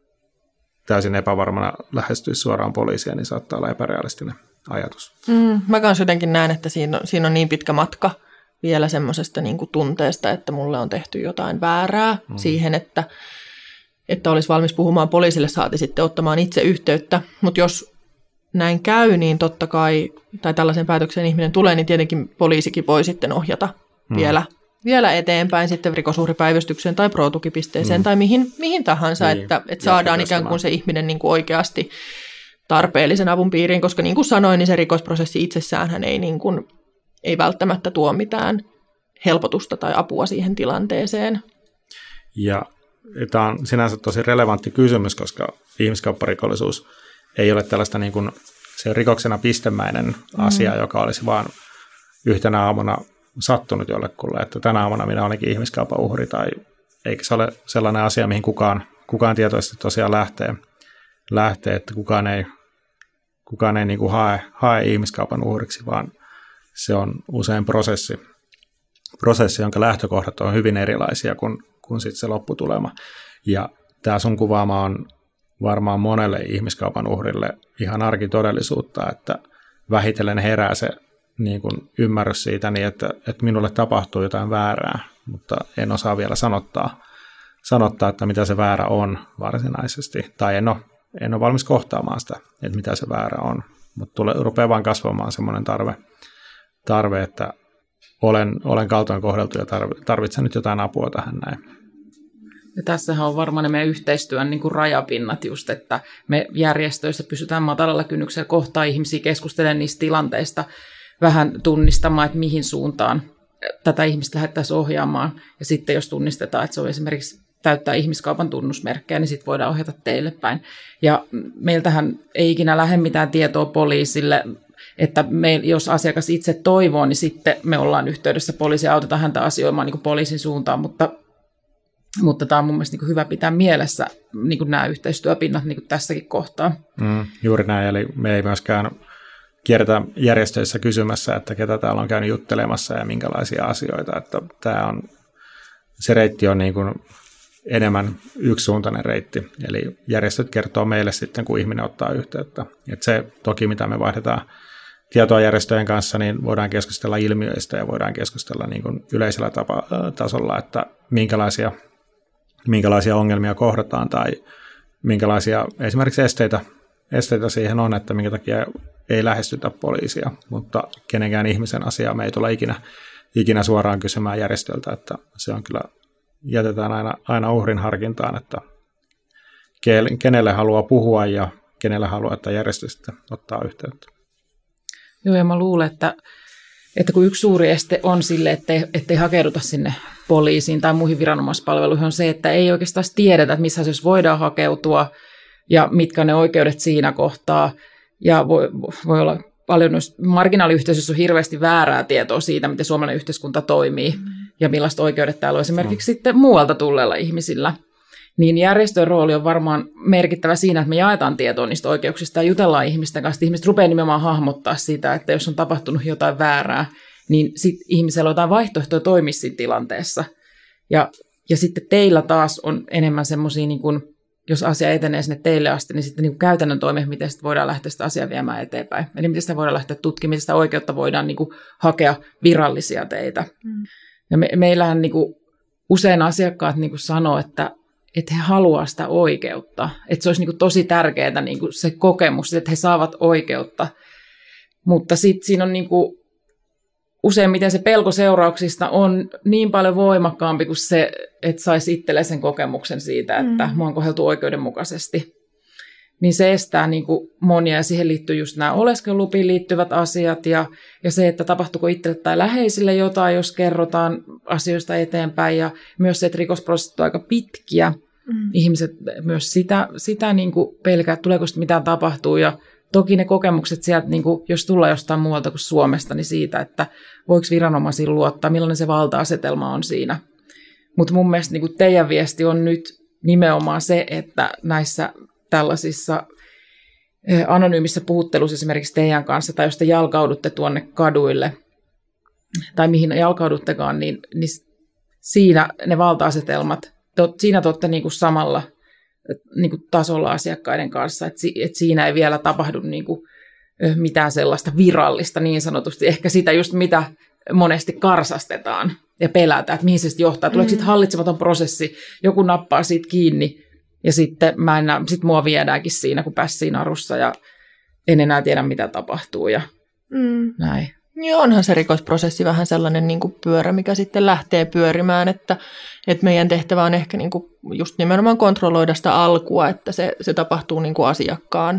täysin epävarmana lähestyisi suoraan poliisia, niin saattaa olla epärealistinen ajatus. Mm, mä kans jotenkin näen, että siinä on, siinä on niin pitkä matka vielä semmoisesta niin kuin tunteesta, että mulle on tehty jotain väärää mm. siihen, että, että olisi valmis puhumaan poliisille, saati sitten ottamaan itse yhteyttä. Mutta jos näin käy, niin totta kai, tai tällaisen päätöksen ihminen tulee, niin tietenkin poliisikin voi sitten ohjata mm. vielä, vielä eteenpäin sitten rikosuhripäivystykseen tai ProTuki-pisteeseen mm. tai mihin, mihin tahansa, niin, että, että saadaan ikään kuin se ihminen niin kuin oikeasti tarpeellisen avun piiriin, koska niin kuin sanoin, niin se rikosprosessi itsessäänhän ei, niin kuin, ei välttämättä tuo mitään helpotusta tai apua siihen tilanteeseen. Ja tämä on sinänsä tosi relevantti kysymys, koska ihmiskaupparikollisuus ei ole tällaista niin kuin se rikoksena pistemäinen mm. asia, joka olisi vaan yhtenä aamuna sattunut jollekulle, että tänä aamuna minä olenkin ihmiskaupan uhri, tai eikä se ole sellainen asia, mihin kukaan, kukaan tietoisesti tosiaan lähtee, lähtee että kukaan ei, kukaan ei niin kuin hae, hae ihmiskaupan uhriksi, vaan se on usein prosessi, prosessi, jonka lähtökohdat on hyvin erilaisia kuin, kuin sitten se lopputulema. Ja tämä sun kuvaama on varmaan monelle ihmiskaupan uhrille ihan arkitodellisuutta, että vähitellen herää se niin kuin ymmärrys siitä, niin että, että minulle tapahtuu jotain väärää, mutta en osaa vielä sanottaa, sanottaa, että mitä se väärä on varsinaisesti. Tai en ole, en ole valmis kohtaamaan sitä, että mitä se väärä on. Mutta tulee, rupeaa vaan kasvamaan semmoinen tarve, tarve että olen, olen kaltoin kohdeltu ja tarvitsen nyt jotain apua tähän näin. Ja tässähän on varmaan ne meidän yhteistyön niin kuin rajapinnat just, että me järjestöissä pysytään matalalla kynnyksellä kohtaa ihmisiä, keskustelemaan niistä tilanteista, vähän tunnistamaan, että mihin suuntaan tätä ihmistä lähdettäisiin ohjaamaan. Ja sitten jos tunnistetaan, että se on esimerkiksi täyttää ihmiskaupan tunnusmerkkejä, niin sitten voidaan ohjata teille päin. Ja meiltähän ei ikinä lähde mitään tietoa poliisille, että me, jos asiakas itse toivoo, niin sitten me ollaan yhteydessä poliisiin ja autetaan häntä asioimaan niin kuin poliisin suuntaan, mutta Mutta tämä on mun mielestä niin kuin hyvä pitää mielessä niin kuin nämä yhteistyöpinnat niin kuin tässäkin kohtaa. Mm, juuri näin, eli me ei myöskään kierretä järjestöissä kysymässä, että ketä täällä on käynyt juttelemassa ja minkälaisia asioita. Että tämä on, se reitti on niin kuin enemmän yksisuuntainen reitti, eli järjestöt kertoo meille sitten, kun ihminen ottaa yhteyttä. Et se toki, mitä me vaihdetaan tietoa järjestöjen kanssa, niin voidaan keskustella ilmiöistä ja voidaan keskustella niin kuin yleisellä tapa, tasolla, että minkälaisia minkälaisia ongelmia kohdataan tai minkälaisia esimerkiksi esteitä, esteitä siihen on, että minkä takia ei lähestytä poliisia, mutta kenenkään ihmisen asiaa me ei tule ikinä, ikinä suoraan kysymään järjestöltä, että se on kyllä, jätetään aina, aina uhrin harkintaan, että kenelle haluaa puhua ja kenelle haluaa, että järjestö sitten ottaa yhteyttä. Joo, ja mä luulen, että Että kun yksi suuri este on sille, ettei, ettei hakeuduta sinne poliisiin tai muihin viranomaispalveluihin, on se, että ei oikeastaan tiedetä, että missä asioissa voidaan hakeutua ja mitkä on ne oikeudet siinä kohtaa. Ja voi, voi olla paljon, marginaaliyhteisössä on hirveästi väärää tietoa siitä, miten suomalainen yhteiskunta toimii mm. ja millaista oikeudet täällä on esimerkiksi mm. sitten muualta tulleilla ihmisillä. Niin järjestön rooli on varmaan merkittävä siinä, että me jaetaan tietoa niistä oikeuksista ja jutellaan ihmisten kanssa. Ihmiset rupeaa nimenomaan hahmottaa sitä, että jos on tapahtunut jotain väärää, niin sitten ihmisellä on jotain vaihtoehtoja toimia siinä tilanteessa. Ja, ja sitten teillä taas on enemmän semmoisia, niin kun, jos asia etenee sinne teille asti, niin sitten niin käytännön toimet, miten sitä voidaan lähteä sitä asiaa viemään eteenpäin. Eli miten sitä voidaan lähteä tutkimaan, miten sitä oikeutta voidaan niin kun, hakea virallisia teitä. Mm. Ja me, meillähän niin kun, usein asiakkaat niin kun sanoo, että että he haluaa sitä oikeutta. Että se olisi niin kuin tosi tärkeää niin kuin se kokemus, että he saavat oikeutta. Mutta sitten siinä on niin kuin useimmiten se pelko seurauksista on niin paljon voimakkaampi kuin se, että saisi itselleen sen kokemuksen siitä, että mm. mua on kohdeltu oikeudenmukaisesti. niin se estää niin kuin monia, ja siihen liittyy just nämä oleskelulupiin liittyvät asiat, ja, ja se, että tapahtuuko itselle tai läheisille jotain, jos kerrotaan asioista eteenpäin, ja myös se, että rikosprosessit on aika pitkiä. Mm. Ihmiset myös sitä, sitä niin kuin pelkää, että tuleeko sitten mitään tapahtuu, ja toki ne kokemukset sieltä, niin kuin, jos tullaan jostain muualta kuin Suomesta, niin siitä, että voiko viranomaisiin luottaa, millainen se valta-asetelma on siinä. Mutta mun mielestä niin kuin teidän viesti on nyt nimenomaan se, että näissä tällaisissa anonyymissä puhuttelussa esimerkiksi teidän kanssa, tai jos te jalkaudutte tuonne kaduille, tai mihin jalkauduttekaan, niin, niin siinä ne valta-asetelmat, te, siinä te olette niin kuin samalla niin kuin tasolla asiakkaiden kanssa, että, että siinä ei vielä tapahdu niin kuin mitään sellaista virallista niin sanotusti, ehkä sitä just mitä monesti karsastetaan ja pelätään, että mihin se sitten johtaa. Tuleeko sitten hallitsematon prosessi, joku nappaa siitä kiinni, ja sitten mä en, sit mua viedäänkin siinä, kun pässiin narussa, ja en enää tiedä, mitä tapahtuu, ja mm. näin. Joo, onhan se rikosprosessi vähän sellainen niin kuin pyörä, mikä sitten lähtee pyörimään, että, että meidän tehtävä on ehkä niin kuin just nimenomaan kontrolloida sitä alkua, että se, se tapahtuu niin kuin asiakkaan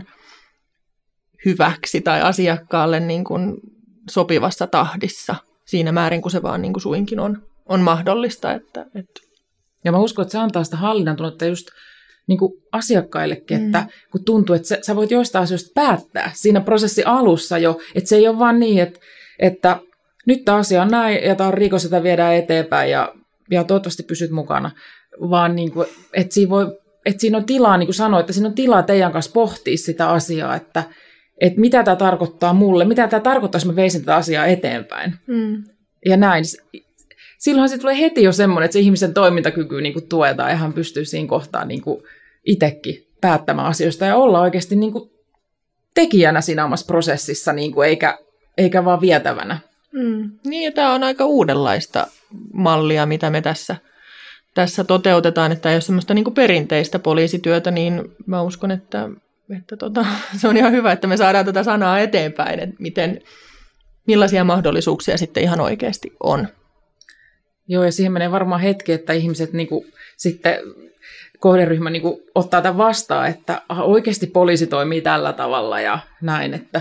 hyväksi tai asiakkaalle niin kuin sopivassa tahdissa siinä määrin, kun se vaan niin kuin suinkin on, on mahdollista. Että, että. Ja mä uskon, että se antaa sitä hallinnan tunnetta just niin kuin asiakkaillekin, mm. että kun tuntuu, että sä, sä voit joistain asioista päättää siinä prosessin alussa jo, että se ei ole vaan niin, että, että nyt tämä asia on näin ja tämä on rikos, jota viedään eteenpäin ja, ja toivottavasti pysyt mukana, vaan niin kuin, että, siinä voi, että siinä on tilaa, niin kuin sanoin, että siinä on tilaa teidän kanssa pohtia sitä asiaa, että, että mitä tämä tarkoittaa mulle, mitä tämä tarkoittaa, jos mä veisin tätä asiaa eteenpäin. Mm. Ja näin. Silloinhan se tulee heti jo semmoinen, että se ihmisen toimintakyky niin kuin tuetaan ja hän pystyy siinä kohtaa niin kuin itsekin päättämään asioista ja olla oikeasti niin kuin tekijänä siinä omassa prosessissa, niin kuin eikä, eikä vaan vietävänä. Mm. Niin, ja tämä on aika uudenlaista mallia, mitä me tässä, tässä toteutetaan, että ei ole semmoista niin kuin perinteistä poliisityötä, niin mä uskon, että, että tota, se on ihan hyvä, että me saadaan tätä sanaa eteenpäin, että miten, millaisia mahdollisuuksia sitten ihan oikeasti on. Joo, ja siihen menee varmaan hetki, että ihmiset niin kuin, sitten kohderyhmä niin kuin, ottaa tämän vastaan, että aha, oikeasti poliisi toimii tällä tavalla ja näin, että,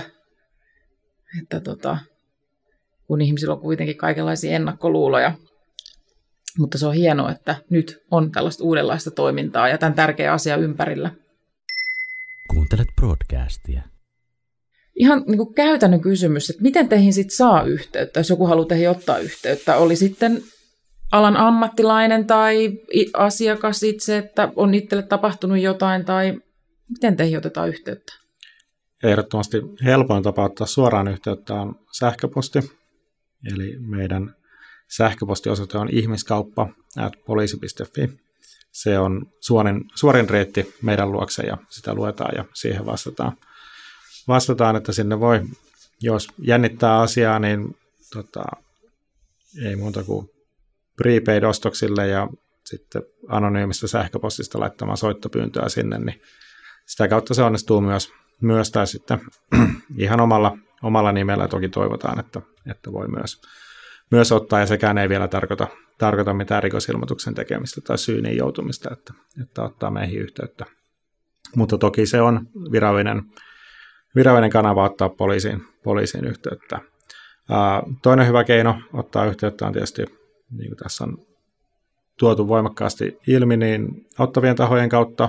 että tota, kun ihmisillä on kuitenkin kaikenlaisia ennakkoluuloja. Mutta se on hienoa, että nyt on tällaista uudenlaista toimintaa ja tämän tärkeä asia ympärillä. Kuuntelet broadcastia. Ihan niin kuin käytännön kysymys, että miten teihin sitten saa yhteyttä, jos joku haluaa teihin ottaa yhteyttä, oli sitten alan ammattilainen tai asiakas itse, että on itselle tapahtunut jotain, tai miten teihin otetaan yhteyttä? Ehdottomasti helpoin tapa ottaa suoraan yhteyttä on sähköposti. Eli meidän sähköpostiosoite on ihmiskauppa ät poliisi piste fi. Se on suorin, suorin reitti meidän luokse ja sitä luetaan ja siihen vastataan. Vastataan, että sinne voi, jos jännittää asiaa, niin tota, ei muuta kuin prepaid-ostoksille ja sitten anonyymistä sähköpostista laittamaan soittopyyntöä sinne, niin sitä kautta se onnistuu myös, myös tai sitten ihan omalla, omalla nimellä toki toivotaan, että, että voi myös, myös ottaa, ja sekään ei vielä tarkoita, tarkoita mitään rikosilmoituksen tekemistä tai syyniin joutumista, että, että ottaa meihin yhteyttä. Mutta toki se on virallinen, virallinen kanava ottaa poliisiin, poliisiin yhteyttä. Ää, toinen hyvä keino ottaa yhteyttä on tietysti, niin kuin tässä on tuotu voimakkaasti ilmi, niin auttavien tahojen kautta,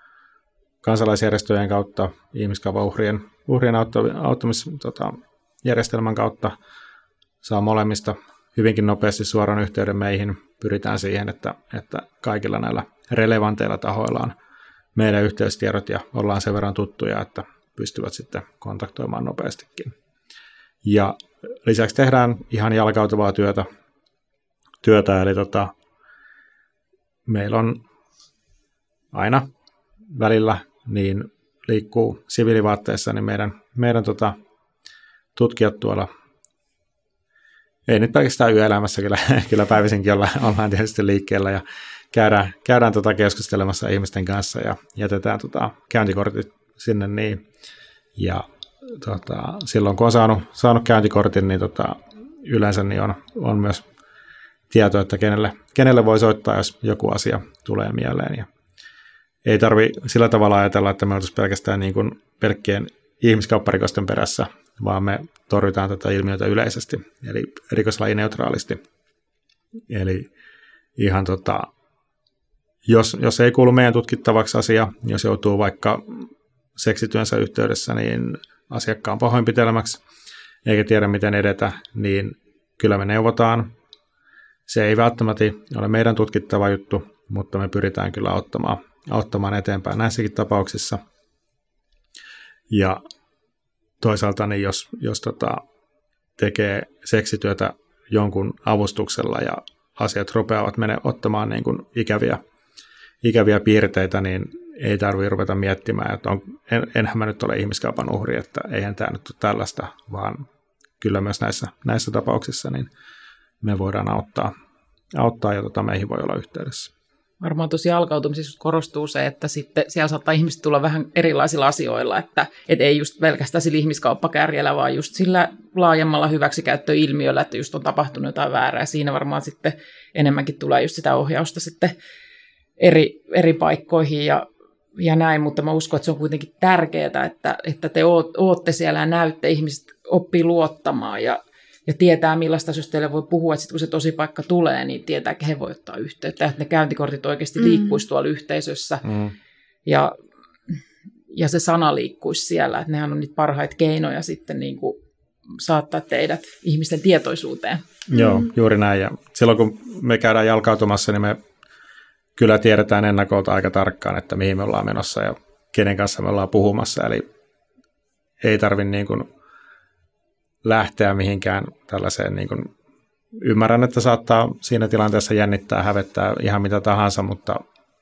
kansalaisjärjestöjen kautta, ihmiskaupan uhrien, uhrien auttamisjärjestelmän kautta saa molemmista hyvinkin nopeasti suoran yhteyden meihin. Pyritään siihen, että, että kaikilla näillä relevanteilla tahoilla on meidän yhteystiedot ja ollaan sen verran tuttuja, että pystyvät sitten kontaktoimaan nopeastikin. Ja lisäksi tehdään ihan jalkautuvaa työtä, työtä eli tota, meillä on aina välillä niin liikkuu siviilivaatteissa, niin meidän, meidän tota, tutkijat tuolla, ei nyt pelkästään yöelämässä, kyllä, kyllä päivisinkin olla, ollaan tietysti liikkeellä ja käydään, käydään tota keskustelemassa ihmisten kanssa ja jätetään tota käyntikortit sinne niin. Ja tota, silloin kun on saanut, saanut käyntikortin, niin tota, yleensä niin on, on myös tieto, että kenelle, kenelle voi soittaa, jos joku asia tulee mieleen. Ja, ei tarvitse sillä tavalla ajatella, että me oltaisiin pelkästään niin kuin pelkkien ihmiskaupparikosten perässä, vaan me torjutaan tätä ilmiötä yleisesti, eli rikoslajineutraalisti. Eli ihan tota, jos, jos ei kuulu meidän tutkittavaksi asia, jos joutuu vaikka seksityönsä yhteydessä niin asiakkaan pahoinpitelemäksi, eikä tiedä miten edetä, niin kyllä me neuvotaan. Se ei välttämättä ole meidän tutkittava juttu, mutta me pyritään kyllä auttamaan, auttamaan eteenpäin näissäkin tapauksissa. Ja toisaalta, niin jos, jos tota, tekee seksityötä jonkun avustuksella ja asiat rupeavat mene, ottamaan niin kuin ikäviä, ikäviä piirteitä, niin ei tarvitse ruveta miettimään, että on, en, enhän mä nyt ole ihmiskaupan uhri, että eihän tämä nyt ole tällaista, vaan kyllä myös näissä, näissä tapauksissa niin me voidaan auttaa, auttaa ja tota, meihin voi olla yhteydessä. Varmaan tosi alkautumisessa korostuu se, että sitten siellä saattaa ihmiset tulla vähän erilaisilla asioilla, että et ei just pelkästään sillä ihmiskauppakärjellä, vaan just sillä laajemmalla hyväksikäyttöilmiöllä, että just on tapahtunut jotain väärää. Ja siinä varmaan sitten enemmänkin tulee just sitä ohjausta sitten eri, eri paikkoihin ja, ja näin, mutta mä uskon, että se on kuitenkin tärkeää, että, että te ootte siellä ja näytte, ihmiset oppii luottamaan ja Ja tietää, millaista asioista teille voi puhua, että sitten kun se tosipaikka tulee, niin tietää, että he voi ottaa yhteyttä, että ne käyntikortit oikeasti mm. liikkuisi tuolla yhteisössä mm. ja, ja se sana liikkuisi siellä, että nehän on niitä parhaita keinoja sitten niin kuin saattaa teidät ihmisten tietoisuuteen. Joo, juuri näin. Ja silloin kun me käydään jalkautumassa, niin me kyllä tiedetään ennakolta aika tarkkaan, että mihin me ollaan menossa ja kenen kanssa me ollaan puhumassa, eli ei tarvitse niin kuin lähteä mihinkään tällaiseen, niin kuin, ymmärrän, että saattaa siinä tilanteessa jännittää, hävettää ihan mitä tahansa, mutta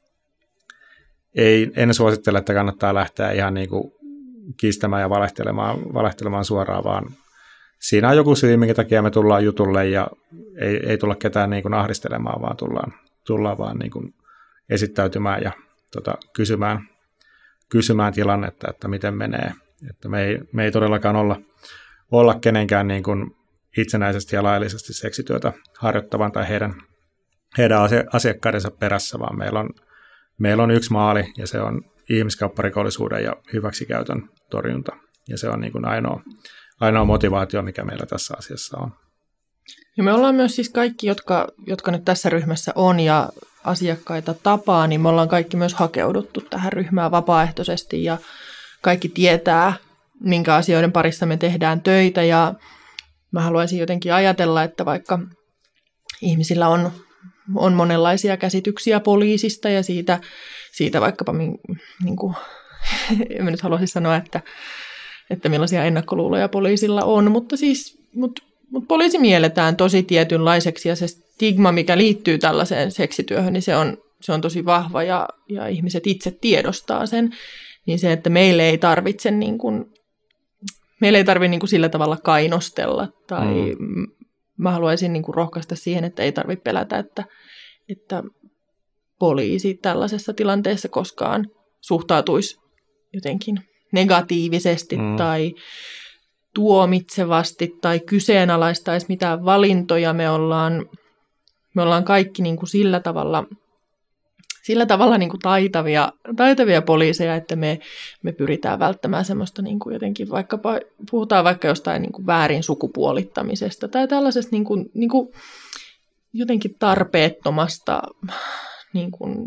ei, en suosittele, että kannattaa lähteä ihan niin kuin kiistämään ja valehtelemaan, valehtelemaan suoraan, vaan siinä on joku syy, minkä takia me tullaan jutulle ja ei, ei tulla ketään niin kuin ahdistelemaan, vaan tullaan, tullaan vaan niin kuin esittäytymään ja tota, kysymään, kysymään tilannetta, että miten menee. Että me, ei, me ei todellakaan olla olla kenenkään niin kuin itsenäisesti ja laillisesti seksityötä harjoittavan tai heidän, heidän asiakkaidensa perässä, vaan meillä on, meillä on yksi maali, ja se on ihmiskaupparikollisuuden ja hyväksikäytön torjunta. Ja se on niin kuin ainoa, ainoa motivaatio, mikä meillä tässä asiassa on. Ja me ollaan myös siis kaikki, jotka, jotka nyt tässä ryhmässä on ja asiakkaita tapaa, niin me ollaan kaikki myös hakeuduttu tähän ryhmään vapaaehtoisesti, ja kaikki tietää, minkä asioiden parissa me tehdään töitä, ja mä haluaisin jotenkin ajatella, että vaikka ihmisillä on, on monenlaisia käsityksiä poliisista ja siitä, siitä vaikkapa, niin kuin, en mä nyt haluaisin sanoa, että, että millaisia ennakkoluuloja poliisilla on, mutta siis mut, mut poliisi mielletään tosi tietynlaiseksi, ja se stigma, mikä liittyy tällaiseen seksityöhön, niin se on, se on tosi vahva, ja, ja ihmiset itse tiedostaa sen, niin se, että meille ei tarvitse niin kuin Meillä ei tarvitse niin kuin sillä tavalla kainostella, tai mm. mä haluaisin niin kuin rohkaista siihen, että ei tarvitse pelätä, että, että poliisi tällaisessa tilanteessa koskaan suhtautuisi jotenkin negatiivisesti mm. tai tuomitsevasti tai kyseenalaistaisi mitään valintoja. Me ollaan, me ollaan kaikki niin kuin sillä tavalla... Sillä tavalla niin kuin taitavia, taitavia poliiseja, että me, me pyritään välttämään semmoista niin kuin jotenkin, vaikkapa, puhutaan vaikka jostain niin kuin väärin sukupuolittamisesta tai tällaisesta niin kuin, niin kuin jotenkin tarpeettomasta niin kuin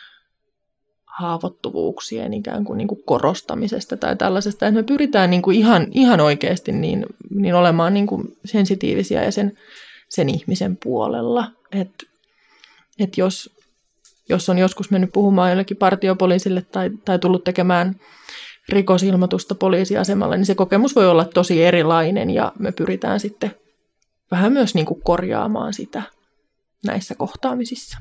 haavoittuvuuksien ikään kuin, niin kuin korostamisesta tai tällaisesta, että me pyritään niin kuin ihan, ihan oikeasti niin, niin olemaan niin kuin sensitiivisiä ja sen, sen ihmisen puolella, että, että jos Jos on joskus mennyt puhumaan jollekin partiopoliisille tai, tai tullut tekemään rikosilmoitusta poliisiasemalle, niin se kokemus voi olla tosi erilainen, ja me pyritään sitten vähän myös niin kuin korjaamaan sitä näissä kohtaamisissa.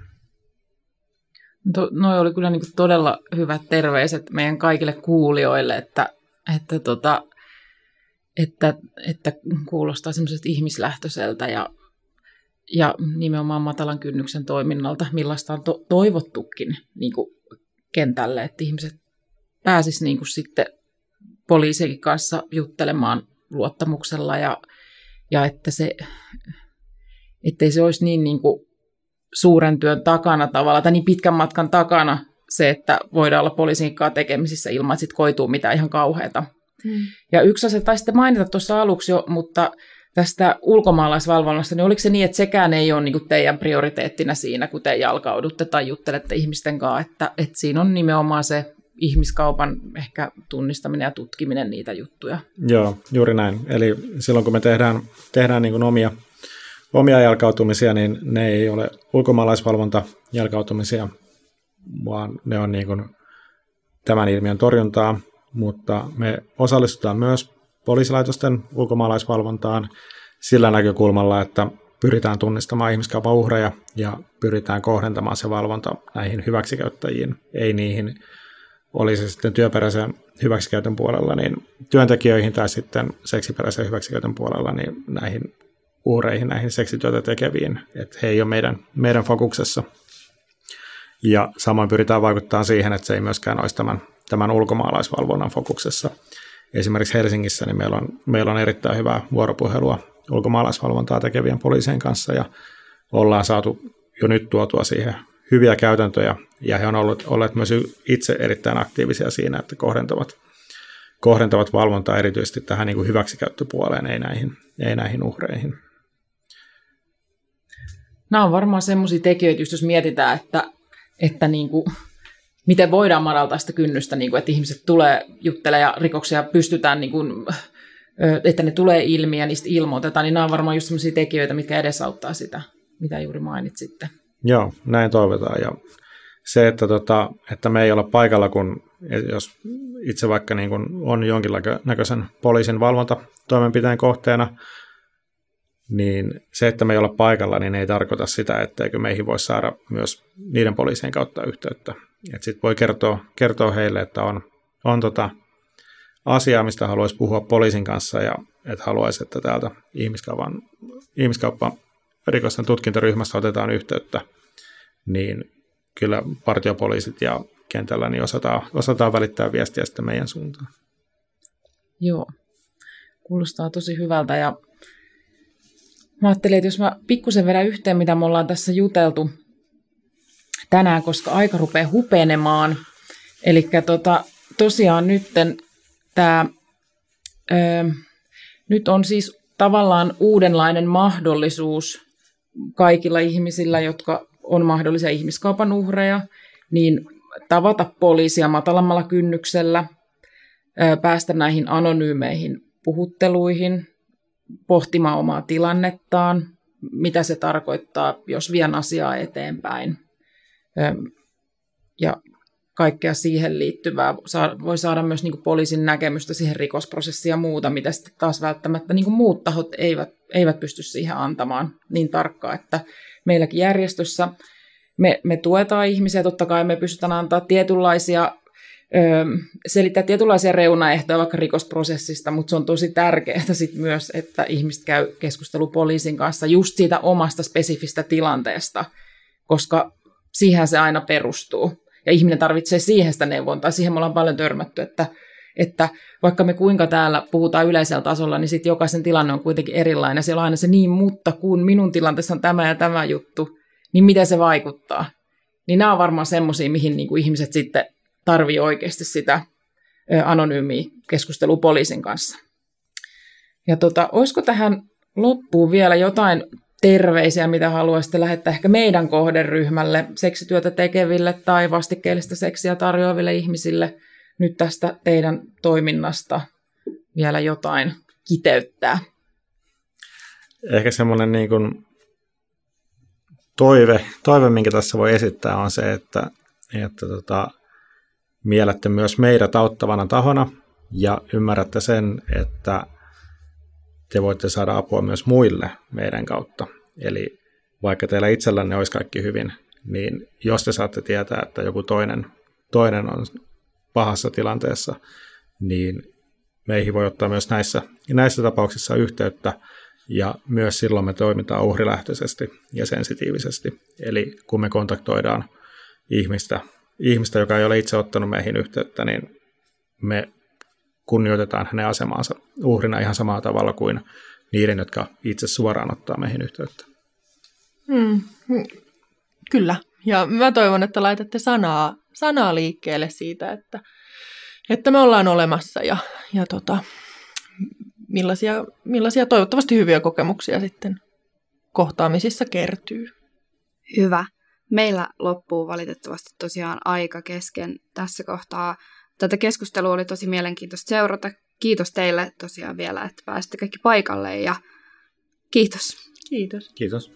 To, noi oli kyllä niin kuin todella hyvät terveiset meidän kaikille kuulijoille, että, että, tota, että, että kuulostaa semmoiselta ihmislähtöiseltä ja Ja nimenomaan matalan kynnyksen toiminnalta, millaista on to- toivottukin niin kuin kentälle, että ihmiset pääsisivät niin kuin sitten poliisienkin kanssa juttelemaan luottamuksella ja, ja että se, ettei se olisi niin, niin kuin suuren työn takana tavalla tai niin pitkän matkan takana se, että voidaan olla poliisin kanssa tekemisissä ilman, että sit koituu mitään ihan kauheata. Hmm. Ja yksi asia taisitte mainita tuossa aluksi jo, mutta tästä ulkomaalaisvalvonnasta, niin oliko se niin, että sekään ei ole niin kuin teidän prioriteettina siinä, kun te jalkaudutte tai juttelette ihmisten kanssa, että, että siinä on nimenomaan se ihmiskaupan ehkä tunnistaminen ja tutkiminen niitä juttuja? Joo, juuri näin. Eli silloin kun me tehdään, tehdään niin kuin omia, omia jalkautumisia, niin ne ei ole ulkomaalaisvalvontajalkautumisia, vaan ne on niin kuin tämän ilmiön torjuntaa, mutta me osallistutaan myös poliisilaitosten ulkomaalaisvalvontaan sillä näkökulmalla, että pyritään tunnistamaan ihmiskaupan uhreja ja pyritään kohdentamaan se valvonta näihin hyväksikäyttäjiin, ei niihin, oli se sitten työperäisen hyväksikäytön puolella, niin työntekijöihin tai sitten seksiperäisen hyväksikäytön puolella, niin näihin uhreihin, näihin seksityötä tekeviin, että he ei ole meidän, meidän fokuksessa. Ja samoin pyritään vaikuttaa siihen, että se ei myöskään olisi tämän, tämän ulkomaalaisvalvonnan fokuksessa. Esimerkiksi Helsingissä niin meillä, on, meillä on erittäin hyvää vuoropuhelua ulkomaalaisvalvontaa tekevien poliisien kanssa ja ollaan saatu jo nyt tuotua siihen hyviä käytäntöjä ja he on ollut, olleet myös itse erittäin aktiivisia siinä, että kohdentavat, kohdentavat valvontaa erityisesti tähän niin kuin hyväksikäyttöpuoleen, ei näihin, ei näihin uhreihin. Nämä on varmaan sellaisia tekijöitä, just jos mietitään, että, että niin kuin miten voidaan madaltaa sitä kynnystä, niin kuin, että ihmiset tulee juttelemaan ja rikoksia pystytään, niin kuin, että ne tulee ilmi ja niistä ilmoitetaan, niin nämä on varmaan just sellaisia tekijöitä, mitkä edesauttaa sitä, mitä juuri mainitsitte. Joo, näin toivotaan. Ja se, että, tota, että me ei olla paikalla, kun jos itse vaikka niin kuin on jonkinnäköisen poliisin valvontatoimenpiteen kohteena, niin se, että me ei olla paikalla, niin ei tarkoita sitä, etteikö meihin voi saada myös niiden poliisien kautta yhteyttä. Sitten voi kertoa, kertoa heille, että on, on tota asiaa, mistä haluaisi puhua poliisin kanssa ja että haluaisi, että täältä ihmiskaupan, ihmiskaupparikosten tutkintaryhmästä otetaan yhteyttä, niin kyllä partiopoliisit ja kentällä niin osataan, osataan välittää viestiä sitten meidän suuntaan. Joo, kuulostaa tosi hyvältä ja mä ajattelin, että jos mä pikkusen vedän yhteen, mitä me ollaan tässä juteltu tänään, koska aika rupeaa hupenemaan. Eli tota, tosiaan nytten tää, ö, nyt on siis tavallaan uudenlainen mahdollisuus kaikilla ihmisillä, jotka on mahdollisia ihmiskaupan uhreja, niin tavata poliisia matalammalla kynnyksellä, ö, päästä näihin anonyymeihin puhutteluihin, pohtimaan omaa tilannettaan, mitä se tarkoittaa, jos vien asiaa eteenpäin. Ja kaikkea siihen liittyvää. Voi saada myös niin kuin poliisin näkemystä siihen rikosprosessiin ja muuta, mitä sitten taas välttämättä niin kuin muut tahot eivät, eivät pysty siihen antamaan niin tarkkaan, että meilläkin järjestössä me, me tuetaan ihmisiä, totta kai me pystytään antaa tietynlaisia selittää tietynlaisia reunaehtoja vaikka rikosprosessista, mutta se on tosi tärkeää sit myös, että ihmiset käy keskustelua poliisin kanssa just siitä omasta spesifistä tilanteesta, koska siihen se aina perustuu. Ja ihminen tarvitsee siihen sitä neuvontaa. Siihen me ollaan paljon törmätty, että, että vaikka me kuinka täällä puhutaan yleisellä tasolla, niin sitten jokaisen tilanne on kuitenkin erilainen. Siellä on aina se niin, mutta kun minun tilanteessa on tämä ja tämä juttu, niin miten se vaikuttaa? Niin nämä on varmaan semmoisia, mihin niin kuin ihmiset sitten tarvii oikeasti sitä anonyymiä keskustelua poliisin kanssa. Ja tota, olisiko tähän loppuun vielä jotain terveisiä, mitä haluaisitte lähettää ehkä meidän kohderyhmälle, seksityötä tekeville tai vastikkeellista seksiä tarjoaville ihmisille nyt tästä teidän toiminnasta vielä jotain kiteyttää? Ehkä semmoinen niin kuin toive, toive, minkä tässä voi esittää, on se, että, että tota, miellätte myös meidät auttavana tahona ja ymmärrätte sen, että te voitte saada apua myös muille meidän kautta. Eli vaikka teillä itsellänne olisi kaikki hyvin, niin jos te saatte tietää, että joku toinen, toinen on pahassa tilanteessa, niin meihin voi ottaa myös näissä, näissä tapauksissa yhteyttä, ja myös silloin me toimitaan uhrilähtöisesti ja sensitiivisesti. Eli kun me kontaktoidaan ihmistä, ihmistä, joka ei ole itse ottanut meihin yhteyttä, niin me kunnioitetaan hänen asemaansa uhrina ihan samalla tavalla kuin niiden, jotka itse suoraan ottaa meihin yhteyttä. Hmm. Kyllä. Ja mä toivon, että laitatte sanaa, sanaa liikkeelle siitä, että, että me ollaan olemassa ja, ja tota, millaisia, millaisia toivottavasti hyviä kokemuksia sitten kohtaamisissa kertyy. Hyvä. Meillä loppuu valitettavasti tosiaan aika kesken tässä kohtaa. Tätä keskustelua oli tosi mielenkiintoista seurata. Kiitos teille tosiaan vielä, että pääsitte kaikki paikalle ja kiitos. Kiitos. Kiitos.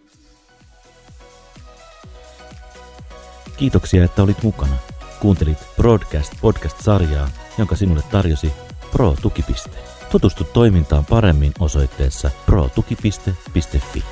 Kiitoksia, että olit mukana. Kuuntelit Broadcast podcast-sarjaa, jonka sinulle tarjosi Pro Tukipiste. Tutustu toimintaan paremmin osoitteessa pro tuki piste fi.